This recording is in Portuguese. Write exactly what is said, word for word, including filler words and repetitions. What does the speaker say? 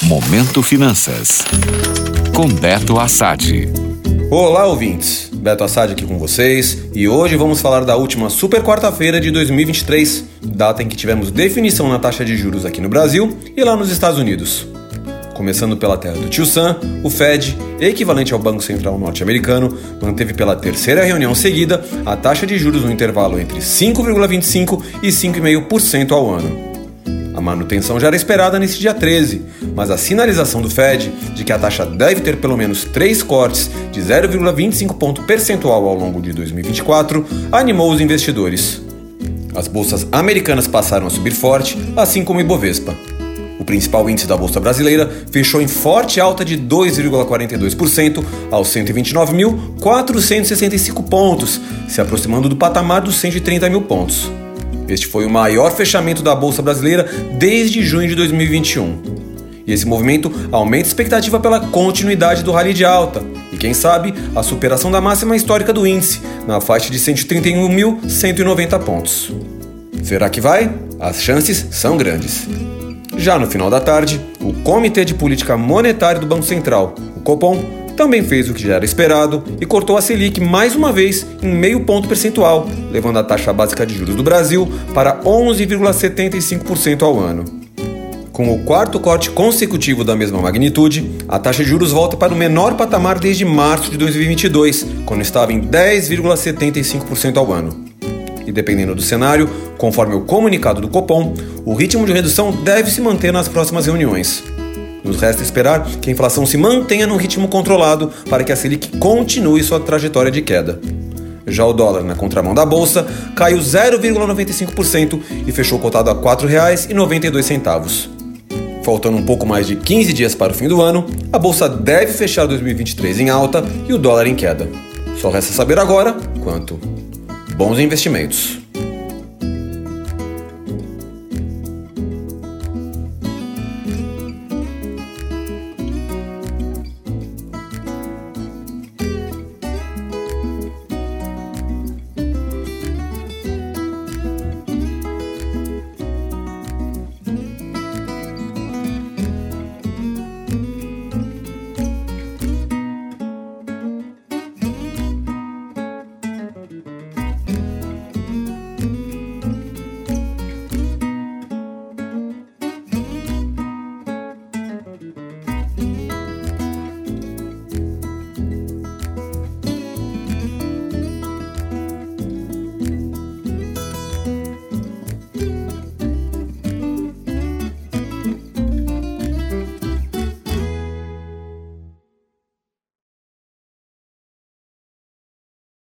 Momento Finanças, com Beto Assad. Olá, ouvintes! Beto Assad aqui com vocês e hoje vamos falar da última super quarta-feira de dois mil e vinte e três, data em que tivemos definição na taxa de juros aqui no Brasil e lá nos Estados Unidos. Começando pela terra do Tio Sam, o Fed, equivalente ao Banco Central norte-americano, manteve pela terceira reunião seguida a taxa de juros no intervalo entre cinco vírgula vinte e cinco por cento e cinco vírgula cinco por cento ao ano. A manutenção já era esperada nesse dia treze, mas a sinalização do Fed de que a taxa deve ter pelo menos três cortes de zero vírgula vinte e cinco ponto percentual ao longo de dois mil e vinte e quatro animou os investidores. As bolsas americanas passaram a subir forte, assim como o Ibovespa. O principal índice da Bolsa Brasileira fechou em forte alta de dois vírgula quarenta e dois por cento aos cento e vinte e nove mil, quatrocentos e sessenta e cinco pontos, se aproximando do patamar dos cento e trinta mil pontos. Este foi o maior fechamento da Bolsa Brasileira desde junho de dois mil e vinte e um. E esse movimento aumenta a expectativa pela continuidade do rally de alta e, quem sabe, a superação da máxima histórica do índice, na faixa de cento e trinta e um mil, cento e noventa pontos. Será que vai? As chances são grandes. Já no final da tarde, o Comitê de Política Monetária do Banco Central, o Copom, também fez o que já era esperado e cortou a Selic mais uma vez em meio ponto percentual, levando a taxa básica de juros do Brasil para onze vírgula setenta e cinco por cento ao ano. Com o quarto corte consecutivo da mesma magnitude, a taxa de juros volta para o menor patamar desde março de dois mil e vinte e dois, quando estava em dez vírgula setenta e cinco por cento ao ano. E dependendo do cenário, conforme o comunicado do Copom, o ritmo de redução deve se manter nas próximas reuniões. Nos resta esperar que a inflação se mantenha num ritmo controlado para que a Selic continue sua trajetória de queda. Já o dólar, na contramão da bolsa, caiu zero vírgula noventa e cinco por cento e fechou cotado a quatro reais e noventa e dois centavos. Faltando um pouco mais de quinze dias para o fim do ano, a bolsa deve fechar dois mil e vinte e três em alta e o dólar em queda. Só resta saber agora quanto. Bons investimentos.